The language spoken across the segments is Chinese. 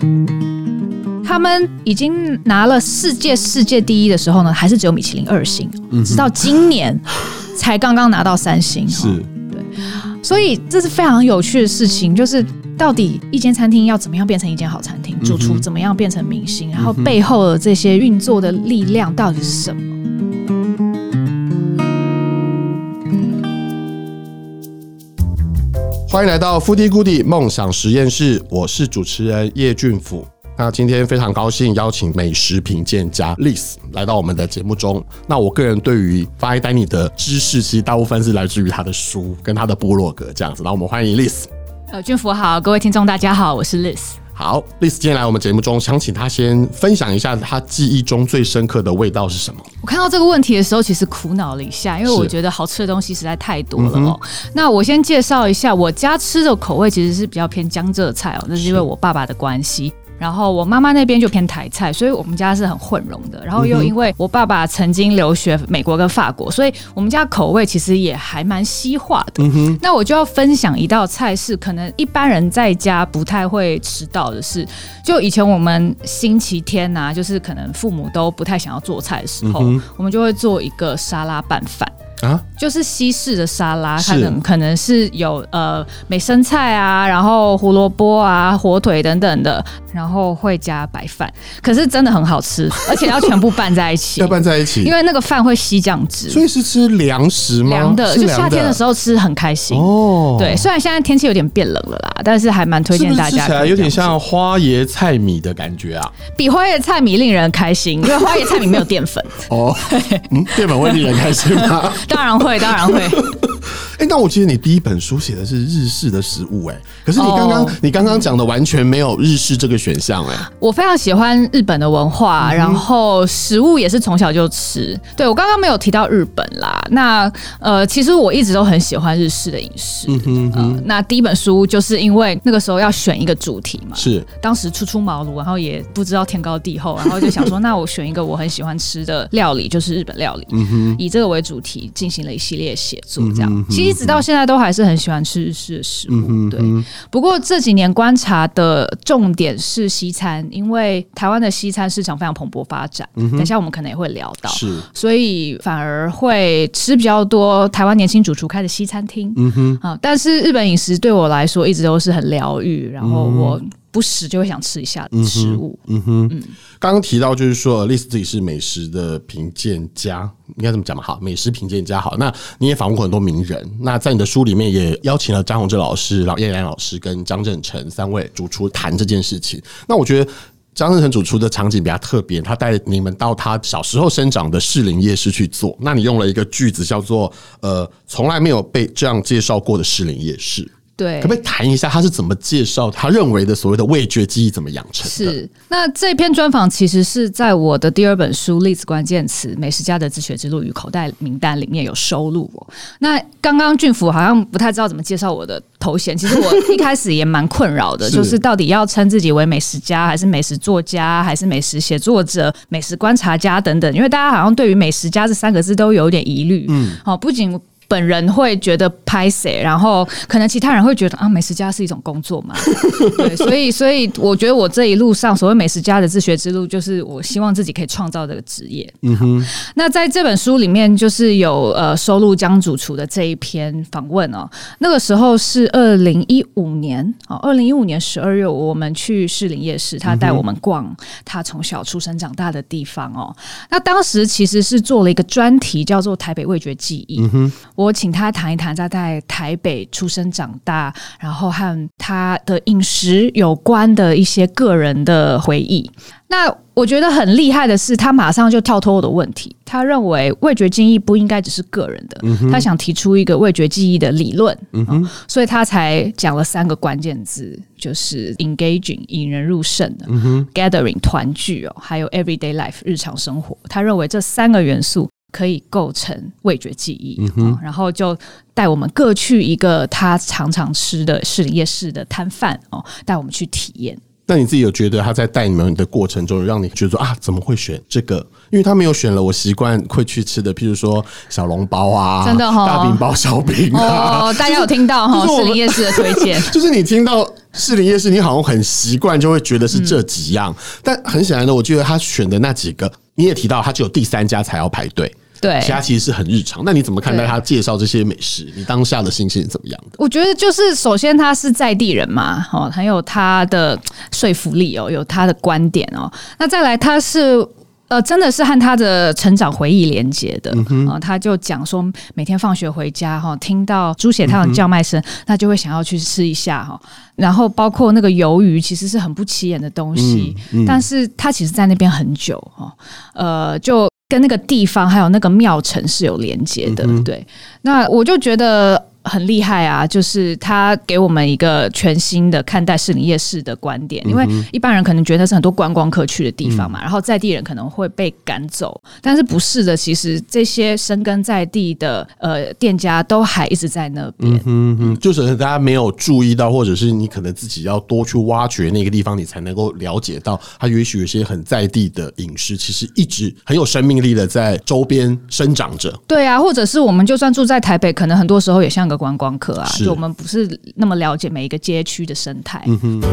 他们已经拿了世界第一的时候呢，还是只有米其林2星，直到今年才刚刚拿到3星。 是， 对，所以这是非常有趣的事情，就是到底一间餐厅要怎么样变成一间好餐厅，主厨怎么样变成明星，然后背后的这些运作的力量到底是什么？ 欢迎来到 Foodie Goodie 梦想实验室，我是主持人叶俊甫。那今天非常高兴邀请美食评鉴家 Liz 来到我们的节目中。那我个人对于 Fine Dining 的知识，其实大部分是来自于他的书跟他的部落格这样子。那我们欢迎 Liz。 俊甫好，各位听众大家好，我是 Liz。 好 ，Liz 今天来我们节目中，想请他先分享一下他记忆中最深刻的味道是什么？ 我看到这个问题的时候，其实苦恼了一下，因为我觉得好吃的东西实在太多了哦。那我先介绍一下，我家吃的口味其实是比较偏江浙菜哦，那是因为我爸爸的关系。然后我妈妈那边就偏台菜，所以我们家是很混融的。然后又因为我爸爸曾经留学美国跟法国，所以我们家口味其实也还蛮西化的。那我就要分享一道菜是可能一般人在家不太会吃到的是，就以前我们星期天啊，就是可能父母都不太想要做菜的时候，我们就会做一个沙拉拌饭。就是西式的沙拉，可能是有美生菜啊，然后胡萝卜啊、火腿等等的，然后会加白饭，可是真的很好吃，而且要全部拌在一起， 要拌在一起， 因为那个饭会吸酱汁， 所以是吃凉食吗？ 凉的，就夏天的时候吃很开心哦。对，虽然现在天气有点变冷了啦，但是还蛮推荐大家。 是不是吃起来有点像花椰菜米的感觉啊？ 比花椰菜米令人开心，因为花椰菜米没有淀粉哦。淀粉会令人开心吗？ 当然会，当然会。 那我记得你第一本书写的是日式的食物，可是你刚刚讲的完全没有日式这个选项。 我非常喜欢日本的文化，然后食物也是从小就吃。对，我刚刚没有提到日本啦，那其实我一直都很喜欢日式的饮食。那第一本书就是因为那个时候要选一个主题嘛， 是当时初出茅庐，然后也不知道天高地厚，然后就想说，那我选一个我很喜欢吃的料理，就是日本料理，以这个为主题进行了一系列写作，这样。其实直到现在都还是很喜欢吃日式的食物，对。不过这几年观察的重点是西餐，因为台湾的西餐市场非常蓬勃发展，等一下我们可能也会聊到，所以反而会吃比较多台湾年轻主厨开的西餐厅。但是日本饮食对我来说一直都是很疗愈，然后我不时就会想吃一下食物。 刚刚提到就是说Liz自己是美食的评鉴家，应该这么讲嘛？好，美食评鉴家。好，那你也访问过很多名人，那在你的书里面也邀请了张宏志老师、叶良老师跟张正成3位主厨谈这件事情。那我觉得张正成主厨的场景比较特别，他带你们到他小时候生长的士林夜市去做。那你用了一个句子叫做从来没有被这样介绍过的士林夜市。 对， 可不可以谈一下他是怎么介绍他认为的所谓的味觉记忆怎么养成的？ 是，那这篇专访其实是在我的第2本书《Liz关键词：美食家的自学之路与口袋名单》里面有收录。那刚刚俊甫好像不太知道怎么介绍我的头衔，其实我一开始也蛮困扰的，就是到底要称自己为美食家，还是美食作家，还是美食写作者、美食观察家等等，因为大家好像对于美食家这3个字都有点疑虑。不仅本人会觉得拍谁，然后可能其他人会觉得啊，美食家是一种工作嘛。对，所以我觉得我这一路上所谓美食家的自学之路，就是我希望自己可以创造这个职业。那在这本书里面，就是有收录江主厨的这一篇访问哦。那个时候是2015年，2015年12月，我们去士林夜市，他带我们逛他从小出生长大的地方哦。那当时其实是做了一个专题，叫做台北味觉记忆。我请他谈一谈他在台北出生长大，然后和他的饮食有关的一些个人的回忆。那我觉得很厉害的是，他马上就跳脱我的问题。他认为味觉记忆不应该只是个人的，他想提出一个味觉记忆的理论，所以他才讲了3个关键字，就是 engaging 引人入胜的，gathering 团聚还有 everyday life 日常生活。他认为这3个元素可以构成味觉记忆，然后就带我们各去一个他常常吃的士林夜市的摊贩，带我们去体验。 那你自己有觉得他在带你们的过程中，让你觉得说啊，怎么会选这个？因为他没有选了我习惯会去吃的，譬如说小笼包啊， 真的大饼包小饼啊， 大家有听到士林夜市的推荐， 就是你听到士林夜市，你好像很习惯，就会觉得是这几样。但很显然的，我觉得他选的那几个，你也提到，他只有第3家才要排队。 对， 其他其实是很日常。那你怎么看待他介绍这些美食？你当下的心情是怎么样的？ 我觉得就是首先他是在地人嘛，很有他的说服力哦，有他的观点哦。那再来他是。真的是和他的成长回忆连结的。他就讲说，每天放学回家听到猪血汤的叫卖声，那就会想要去吃一下然后包括那个鱿鱼，其实是很不起眼的东西，但是他其实在那边很久就跟那个地方还有那个庙城是有连结的。对，那我就觉得很厉害啊，就是他给我们一个全新的看待士林夜市的观点，因为一般人可能觉得是很多观光客去的地方嘛，然后在地人可能会被赶走，但是不是的，其实这些深耕在地的店家都还一直在那边。 就是大家没有注意到，或者是你可能自己要多去挖掘那个地方，你才能够了解到，它也许有些很在地的饮食，其实一直很有生命力的在周边生长着。对啊，或者是我们就算住在台北，可能很多时候也像个观光客啊，就我们不是那么了解每一个街区的生态。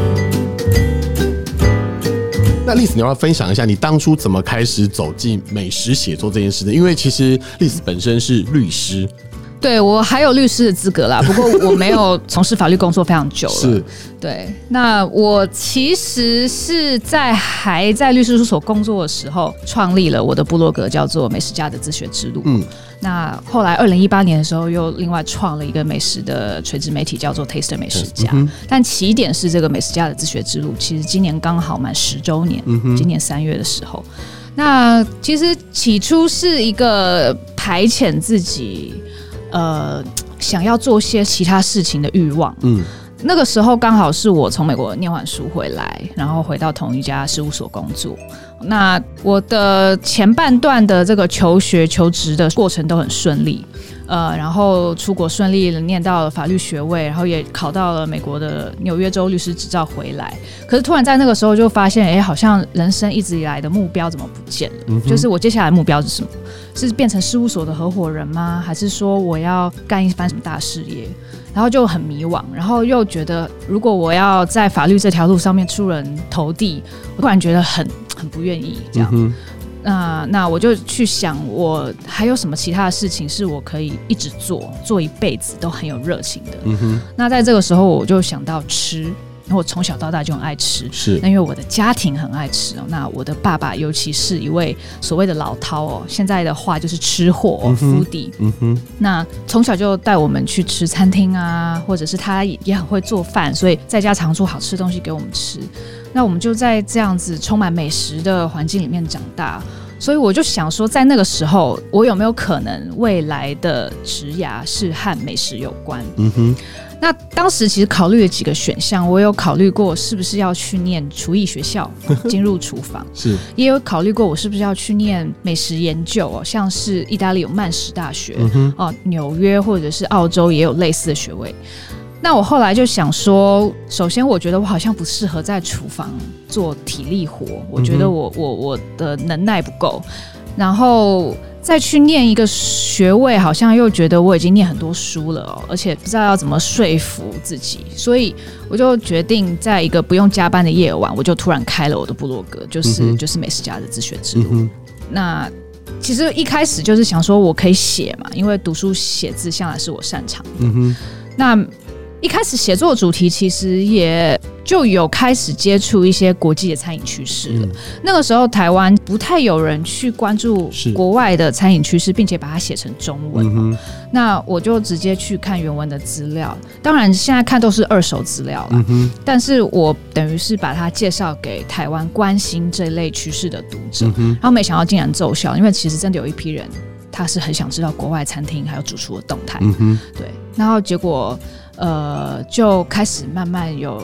那丽丝，你要不要分享一下你当初怎么开始走进美食写作这件事的？因为其实丽丝本身是律师。 对，我还有律师的资格啦，不过我没有从事法律工作非常久了。是，对。那我其实是还在律师事务所工作的时候，创立了我的部落格，叫做《美食家的自学之路》。那后来2018年的时候，又另外创了一个美食的垂直媒体，叫做 Taster 美食家。但起点是这个美食家的自学之路，其实今年刚好满10周年，今年3月的时候。那其实起初是一个排遣自己。想要做些其他事情的欲望。那个时候刚好是我从美国念完书回来，然后回到同一家事务所工作。那我的前半段的这个求学求职的过程都很顺利，然后出国顺利念到了法律学位，然后也考到了美国的纽约州律师执照回来。可是突然在那个时候就发现，好像人生一直以来的目标怎么不见了？就是我接下来的目标是什么？是变成事务所的合伙人吗？还是说我要干一番什么大事业？然后就很迷惘，然后又觉得如果我要在法律这条路上面出人头地，我突然觉得很不愿意这样。那我就去想，我还有什么其他的事情是我可以一直做一辈子都很有热情的。那在这个时候我就想到吃，然后我从小到大就很爱吃，是那因为我的家庭很爱吃那我的爸爸尤其是一位所谓的老饕现在的话就是吃货foodie。那从小就带我们去吃餐厅啊，或者是他也很会做饭，所以在家常做好吃的东西给我们吃。那我们就在这样子充满美食的环境里面长大，所以我就想说，在那个时候，我有没有可能未来的职涯是和美食有关？那当时其实考虑了几个选项，我有考虑过是不是要去念厨艺学校，进入厨房，是也有考虑过我是不是要去念美食研究像是意大利有曼食大学纽约或者是澳洲也有类似的学位。那我后来就想说，首先我觉得我好像不适合在厨房做体力活，我觉得我的能耐不够，然后再去念一个学位，好像又觉得我已经念很多书了而且不知道要怎么说服自己，所以我就决定在一个不用加班的夜晚，我就突然开了我的部落格，就是美食家的自学之路。那其实一开始就是想说我可以写嘛，因为读书写字向来是我擅长的。那一开始写作主题其实也就有开始接触一些国际的餐饮趋势了。那个时候台湾不太有人去关注国外的餐饮趋势，并且把它写成中文。那我就直接去看原文的资料，当然现在看都是二手资料啦，但是我等于是把它介绍给台湾关心这类趋势的读者，然后没想到竟然奏效，因为其实真的有一批人他是很想知道国外餐厅还有主厨的动态。对，然后结果就开始慢慢有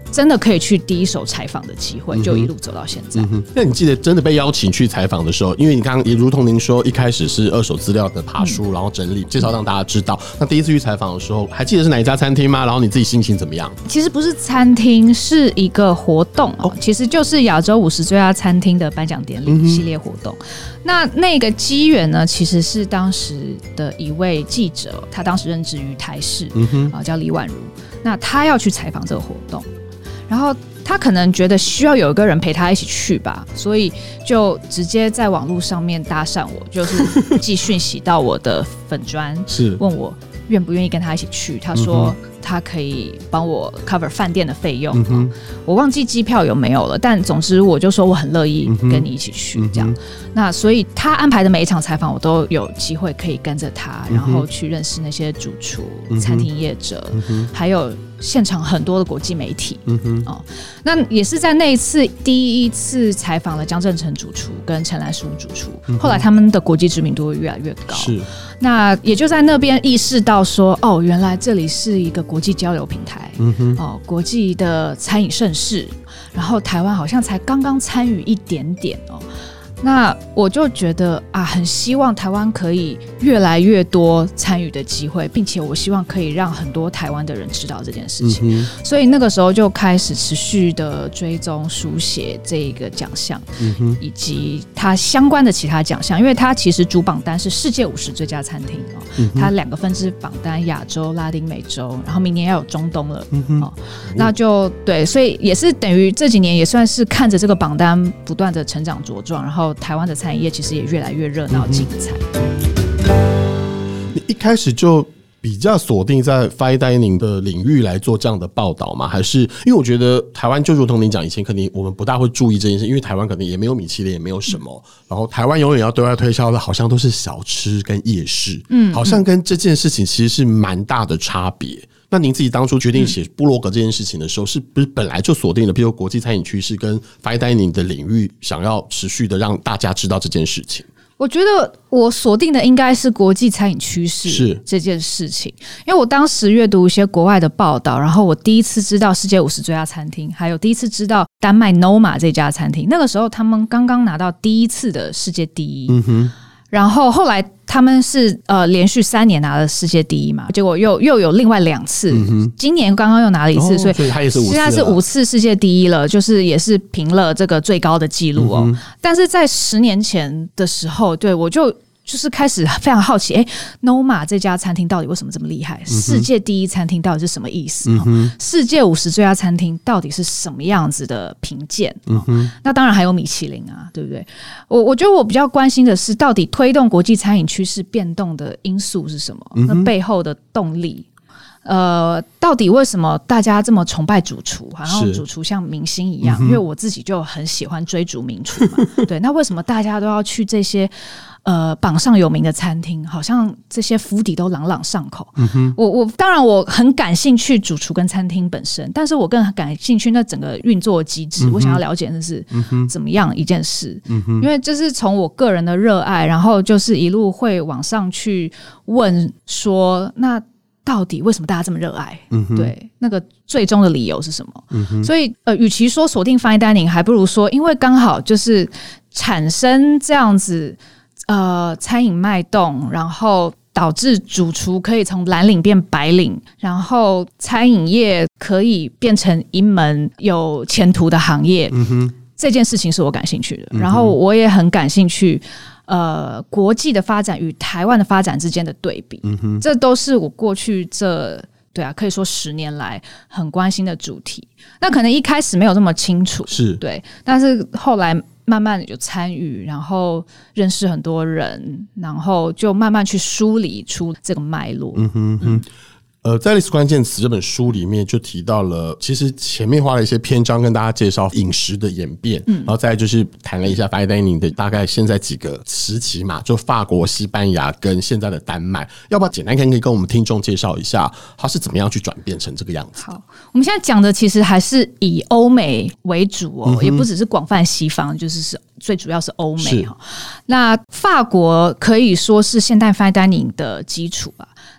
真的可以去第一手采访的机会，就一路走到现在。 那你记得真的被邀请去采访的时候，因为你刚刚也如同您说，一开始是二手资料的爬书，然后整理介绍让大家知道。那第一次去采访的时候，还记得是哪一家餐厅吗？然后你自己心情怎么样？ 其实不是餐厅，是一个活动其实就是亚洲50最佳餐厅的颁奖典礼系列活动。那个机缘呢，其实是当时的一位记者，他当时任职于台视，叫李婉如。那他要去采访这个活动，然后他可能觉得需要有一个人陪他一起去吧，所以就直接在网络上面搭讪我，就是寄讯息到我的粉专，是问我愿不愿意跟他一起去。他说他可以帮我 cover 饭店的费用，我忘记机票有没有了，但总之我就说我很乐意跟你一起去这样。那所以他安排的每一场采访我都有机会可以跟着他，然后去认识那些主厨、餐厅业者，还有现场很多的国际媒体。那也是在那一次第一次采访了江振成主厨跟陈兰淑主厨，后来他们的国际知名度会越来越高。是，那也就在那边意识到说，原来这里是一个国际交流平台，国际的餐饮盛事，然后台湾好像才刚刚参与一点点那我就觉得很希望台湾可以越来越多参与的机会，并且我希望可以让很多台湾的人知道这件事情，所以那个时候就开始持续的追踪书写这个奖项，以及它相关的其他奖项，因为它其实主榜单是世界50最佳餐厅它2个分支榜单，亚洲、拉丁美洲，然后明年要有中东了那就对，所以也是等于这几年也算是看着这个榜单不断的成长茁壮，然后台湾的餐饮业其实也越来越热闹精彩。 你一开始就比较锁定在 fine dining 的领域来做这样的报道吗？还是因为我觉得台湾就如同您讲，以前肯定我们不大会注意这件事，因为台湾可能也没有米其林，也没有什么，然后台湾永远要对外推销的好像都是小吃跟夜市，好像跟这件事情其实是蛮大的差别。那您自己当初决定写部落格这件事情的时候，是不是本来就锁定了，比如国际餐饮趋势跟 fine dining 的领域，想要持续的让大家知道这件事情？ 我觉得我锁定的应该是国际餐饮趋势这件事情，因为我当时阅读一些国外的报道，然后我第一次知道世界50最佳餐厅，还有第一次知道丹麦 Noma 这家餐厅，那个时候他们刚刚拿到第一次的世界第一，然后后来他们是连续3年拿了世界第一嘛，结果又有另外2次，今年刚刚又拿了1次，所以他也是5次， 现在是5次世界第一了，就是也是平了这个最高的纪录但是在10年前的时候，对我就是开始非常好奇，Noma 这家餐厅到底为什么这么厉害？世界第一餐厅到底是什么意思？世界50最佳餐厅到底是什么样子的评鉴？那当然还有米其林啊，对不对？我觉得我比较关心的是，到底推动国际餐饮趋势变动的因素是什么？那背后的动力。到底为什么大家这么崇拜主厨？好像主厨像明星一样，因为我自己就很喜欢追逐名厨嘛。对，那为什么大家都要去这些榜上有名的餐厅？好像这些府邸都朗朗上口。我当然我很感兴趣主厨跟餐厅本身，但是我更感兴趣那整个运作机制。我想要了解的是怎么样一件事，因为这是从我个人的热爱，然后就是一路会往上去问说那。到底为什么大家这么热爱？对，那个最终的理由是什么？所以与其说锁定 fine dining， 还不如说，因为刚好就是产生这样子餐饮脉动，然后导致主厨可以从蓝领变白领，然后餐饮业可以变成一门有前途的行业。这件事情是我感兴趣的，然后我也很感兴趣。国际的发展与台湾的发展之间的对比，这都是我过去可以说10年来很关心的主题。那可能一开始没有这么清楚，对，但是后来慢慢的就参与，然后认识很多人，然后就慢慢去梳理出这个脉络。 在历史关键词这本书里面就提到了，其实前面花了一些篇章跟大家介绍饮食的演变，然后再就是谈了一下 fine dining 的大概现在几个时期嘛，就法国、西班牙跟现在的丹麦，要不要简单可以跟我们听众介绍一下它是怎么样去转变成这个样子？ 好，我们现在讲的其实还是以欧美为主也不只是广泛西方，就是最主要是欧美。那法国可以说是现代 fine dining 的基础吧。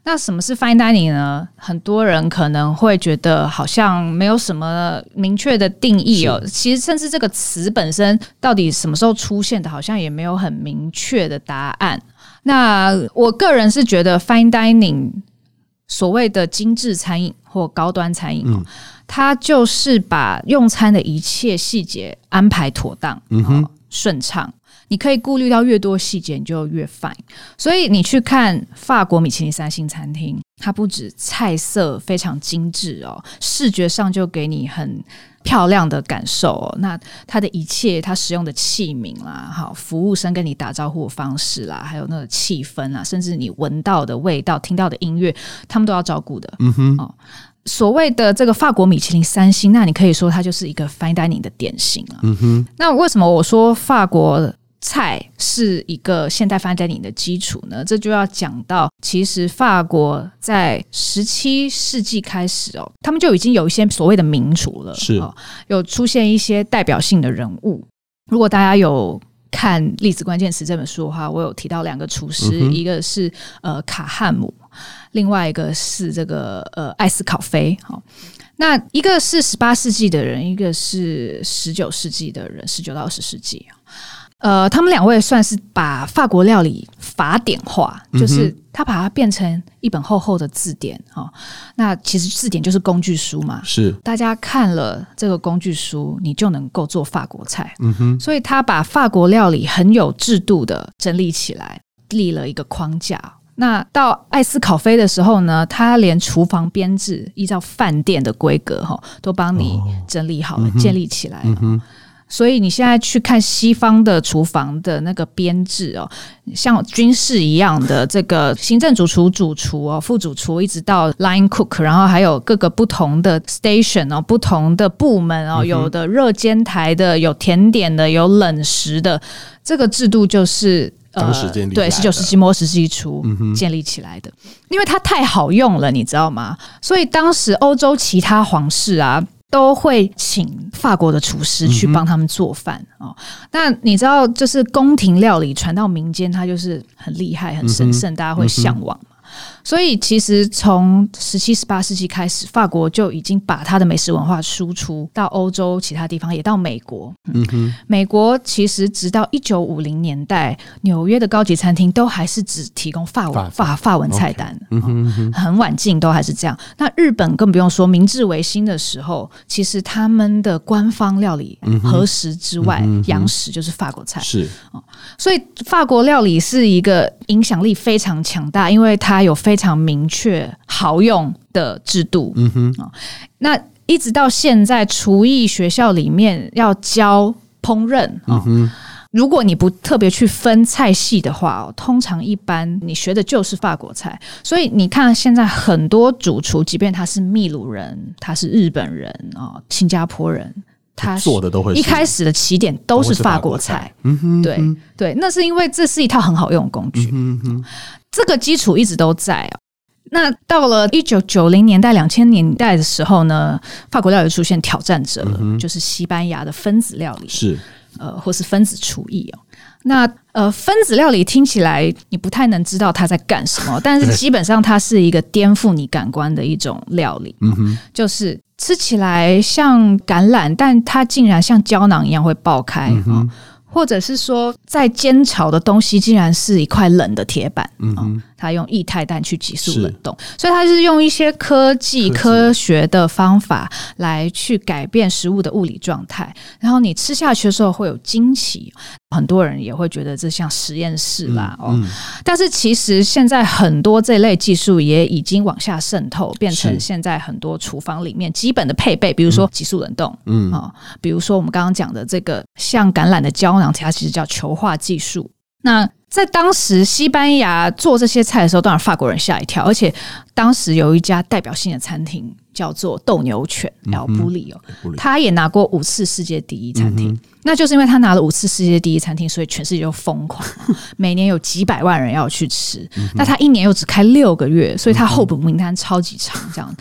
那什么是 fine dining 呢？很多人可能会觉得好像没有什么明确的定义哦。其实甚至这个词本身到底什么时候出现的，好像也没有很明确的答案。那我个人是觉得 fine dining 所谓的精致餐饮或高端餐饮，它就是把用餐的一切细节安排妥当，顺畅。你可以顾虑到越多细节，你就越 fine。所以你去看法国米其林3星餐厅，它不止菜色非常精致哦，视觉上就给你很漂亮的感受哦。那它的一切，它使用的器皿啦，好，服务生跟你打招呼的方式啦，还有那个气氛啊，甚至你闻到的味道、听到的音乐，他们都要照顾的。所谓的这个法国米其林3星，那你可以说它就是一个 fine dining 的典型啊。那为什么我说法国菜是一个现代 fine dining 的基础呢？这就要讲到，其实法国在17世纪开始哦，他们就已经有一些所谓的名厨了，是有出现一些代表性的人物。如果大家有看《历史关键词》这本书的话，我有提到2个厨师，一个是卡汉姆，另外一个是这个艾斯考菲。那一个是18世纪的人，一个是19世纪的人，19到20世纪。他们2位算是把法国料理法典化，就是他把它变成一本厚厚的字典。那其实字典就是工具书嘛，是大家看了这个工具书，你就能够做法国菜。所以他把法国料理很有制度的整理起来，立了一个框架。那到艾斯考菲的时候呢，他连厨房编制依照饭店的规格都帮你整理好了，建立起来了。所以你现在去看西方的厨房的那个编制哦，像军事一样的这个行政主厨、主厨哦、副主厨，一直到 line cook， 然后还有各个不同的 station 哦、不同的部门哦，有的热煎台的，有甜点的，有冷食的，这个制度就是当时建立对19世纪末20世纪初建立起来的，因为它太好用了，你知道吗？所以当时欧洲其他皇室啊，都会请法国的厨师去帮他们做饭那你知道，就是宫廷料理传到民间，它就是很厉害、很神圣，大家会向往嘛。所以其实从17、18世纪开始，法国就已经把它的美食文化输出到欧洲其他地方，也到美国。美国其实直到1950年代，纽约的高级餐厅都还是只提供法文菜单，很晚近都还是这样。那日本更不用说，明治维新的时候，其实他们的官方料理和食之外，洋食就是法国菜。是，所以法国料理是一个影响力非常强大，因为它有非常明确好用的制度。那一直到现在，厨艺学校里面要教烹饪如果你不特别去分菜系的话通常一般你学的就是法国菜。所以你看现在很多主厨，即便他是秘鲁人，他是日本人新加坡人，他做的都会一开始的起点都是法国菜。对，那是因为这是一套很好用的工具。这个基础一直都在那到了1990年代、2000年代的时候呢，法国料理出现挑战者了，就是西班牙的分子料理，是或是分子厨艺那分子料理听起来你不太能知道它在干什么，但是基本上它是一个颠覆你感官的一种料理。就是吃起来像橄榄，但它竟然像胶囊一样会爆开。或者是说在煎炒的东西竟然是一块冷的铁板。它用液态氮去急速冷冻，所以它是用一些科学的方法来去改变食物的物理状态，然后你吃下去的时候会有惊奇。很多人也会觉得这像实验室啦但是其实现在很多这类技术也已经往下渗透，变成现在很多厨房里面基本的配备，比如说急速冷冻比如说我们刚刚讲的这个像橄榄的胶囊，它其实叫球化技术。那在当时西班牙做这些菜的时候，当然法国人吓一跳，而且当时有一家代表性的餐厅叫做斗牛犬 El Bulli 他也拿过5次世界第一餐厅。那就是因为他拿了5次世界第一餐厅，所以全世界就疯狂每年有几百万人要去吃那他一年又只开6个月，所以他候补名单超级长这样。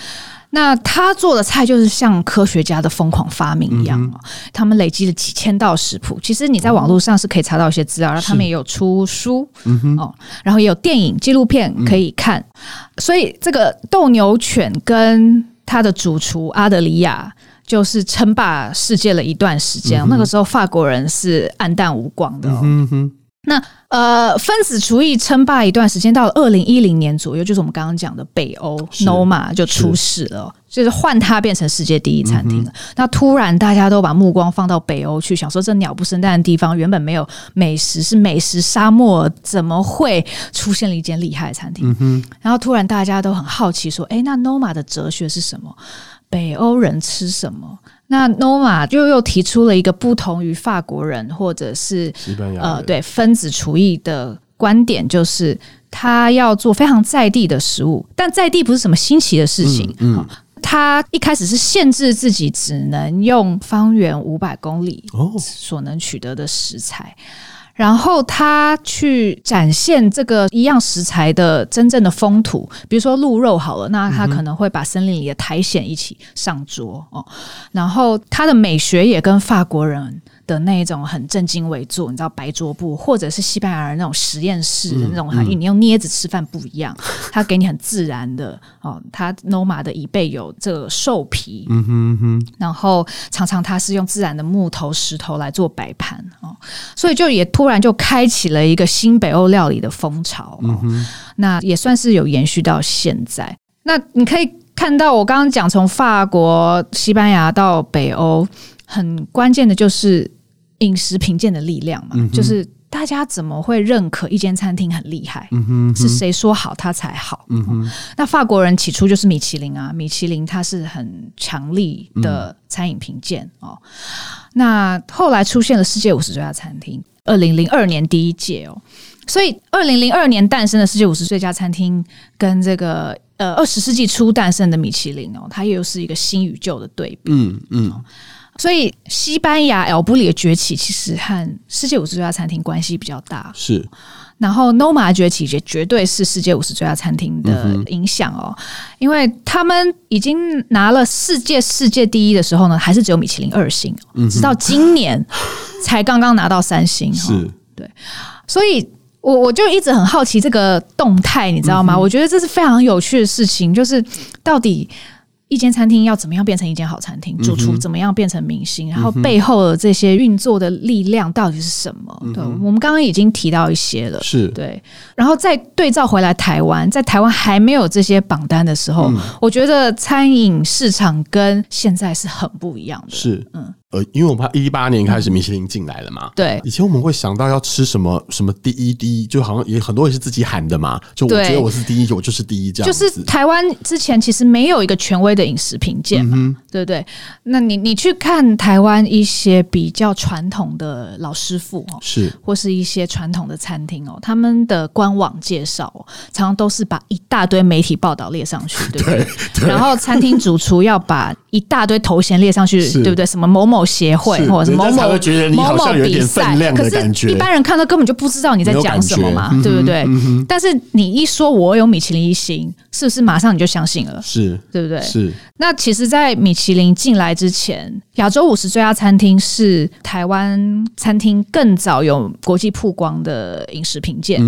那他做的菜就是像科学家的疯狂发明一样，他们累积了几千道食谱。其实你在网络上是可以查到一些资料，然后他们也有出书，然后也有电影纪录片可以看。所以这个斗牛犬跟他的主厨阿德里亚就是称霸世界了一段时间，那个时候法国人是黯淡无光的。那分子厨艺称霸一段时间，到了2010年左右，就是我们刚刚讲的北欧 Noma 就出事了，就是换它变成世界第一餐厅了。那突然大家都把目光放到北欧去，想说这鸟不生蛋的地方原本没有美食，是美食沙漠，怎么会出现了一间厉害的餐厅？然后突然大家都很好奇说，那 Noma 的哲学是什么？北欧人吃什么？那 Noma 又提出了一个不同于法国人或者是西班牙人对分子厨艺的观点，就是他要做非常在地的食物，但在地不是什么新奇的事情。他一开始是限制自己只能用方圆500公里所能取得的食材。然后他去展现这个一样食材的真正的风土，比如说鹿肉好了，那他可能会把森林里的苔藓一起上桌然后他的美学也跟法国人的那种很正襟危坐，你知道白桌布，或者是西班牙人那种实验室的那种，你用镊子吃饭不一样，他给你很自然的他 Noma 的椅背有这个兽皮，然后常常他是用自然的木头石头来做摆盘所以就也突然就开启了一个新北欧料理的风潮那也算是有延续到现在。那你可以看到我刚刚讲从法国、西班牙到北欧，很关键的就是饮食评鉴的力量嘛，就是大家怎么会认可一间餐厅很厉害？是谁说好它才好？那法国人起初就是米其林啊，米其林它是很强力的餐饮评鉴那后来出现了世界50最佳餐厅，2002年第一届所以2002年诞生的世界50最佳餐厅跟这个20世纪初诞生的米其林它又是一个新与旧的对比。所以西班牙 El Bulli 的崛起其实和世界50最佳餐厅关系比较大， 是。 然后 Noma 的崛起也绝对是世界50最佳餐厅的影响因为他们已经拿了世界第一的时候呢，还是只有米其林2星直到今年才刚刚拿到3星是， 对。所以我就一直很好奇这个动态，你知道吗？我觉得这是非常有趣的事情，就是到底一间餐厅要怎么样变成一间好餐厅，主厨怎么样变成明星，然后背后的这些运作的力量到底是什么？对，我们刚刚已经提到一些了， 是对。 然后再对照回来台湾，在台湾还没有这些榜单的时候，我觉得餐饮市场跟现在是很不一样的。是， 因为我们18年开始米其林进来了嘛， 对， 以前我们会想到要吃什么什么第一，就好像也很多人是自己喊的嘛，就我觉得我是第一，我就是第一这样子。就是台湾之前其实没有一个权威的饮食评鉴嘛，对不对？那你去看台湾一些比较传统的老师傅是， 或是一些传统的餐厅他们的官网介绍常常都是把一大堆媒体报道列上去，对不对？对，然后餐厅主厨要把一大堆头衔列上去，对不对？什么某某协会或者某某才会觉得你好像有点分量的感觉， 可是一般人看到根本就不知道你在讲什么嘛，对不对？但是你一说我有米其林1星，是不是马上你就相信了？ 是， 对不对？ 是。 那其实在米其林进来之前，亚洲50最佳餐厅是台湾餐厅更早有国际曝光的饮食评鉴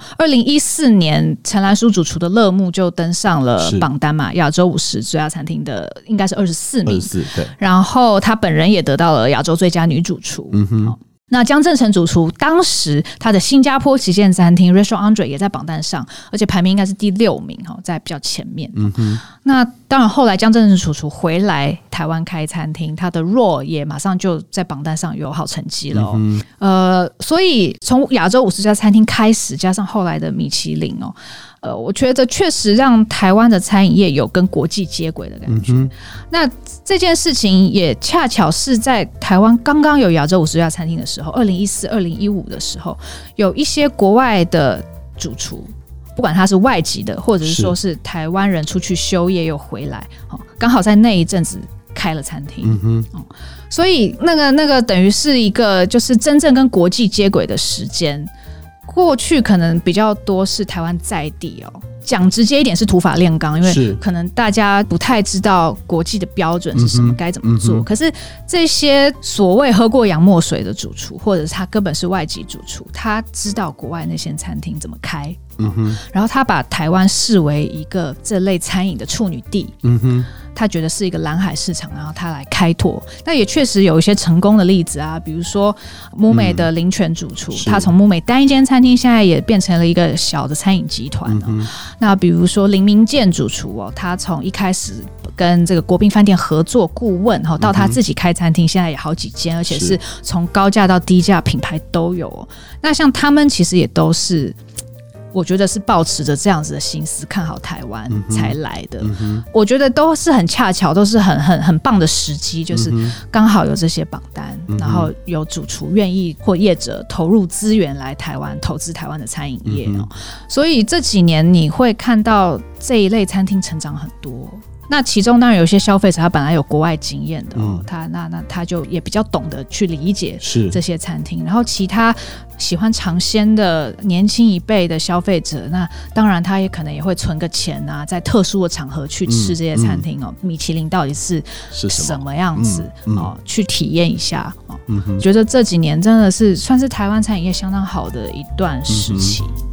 2014年陈兰书主厨的乐木就登上了榜单嘛，亚洲50最佳餐厅的应该是24名 ，24，对。 然后他本人也得到了亚洲最佳女主厨。那江正成主厨当时他的新加坡旗舰餐厅 Restaurant Andre 也在榜单上，而且排名应该是第6名，在比较前面。那当然后来江正成主厨回来台湾开餐厅，他的 Raw 也马上就在榜单上有好成绩了所以从亚洲50家餐厅开始，加上后来的米其林我觉得确实让台湾的餐饮业有跟国际接轨的感觉。那这件事情也恰巧是在台湾刚刚有亚洲50家餐厅的时候，2014、2015的时候，有一些国外的主厨，不管他是外籍的，或者是说是台湾人出去休业又回来，刚好在那一阵子开了餐厅。所以那个等于是一个就是真正跟国际接轨的时间。 过去可能比较多是台湾在地哦。讲直接一点是土法炼钢，因为可能大家不太知道国际的标准是什么，该怎么做。可是这些所谓喝过洋墨水的主厨，或者是他根本是外籍主厨，他知道国外那些餐厅怎么开，然后他把台湾视为一个这类餐饮的处女地，他觉得是一个蓝海市场，然后他来开拓。那也确实有一些成功的例子啊，比如说木美的林泉主厨，他从木美单一间餐厅，现在也变成了一个小的餐饮集团那比如说林明健主厨他从一开始跟这个国宾饭店合作顾问到他自己开餐厅，现在也好几间，而且是从高价到低价品牌都有那像他们其实也都是。我觉得是抱持着这样子的心思看好台湾才来的，我觉得都是很恰巧，都是很棒的时机，就是刚好有这些榜单，然后有主厨愿意或业者投入资源来台湾投资台湾的餐饮业所以这几年你会看到这一类餐厅成长很多。那其中当然有些消费者他本来有国外经验的他就也比较懂得去理解这些餐厅，然后其他喜欢尝鲜的年轻一辈的消费者，那当然他也可能也会存个钱在特殊的场合去吃这些餐厅米其林到底是什么样子去体验一下觉得这几年真的是算是台湾餐饮业相当好的一段时期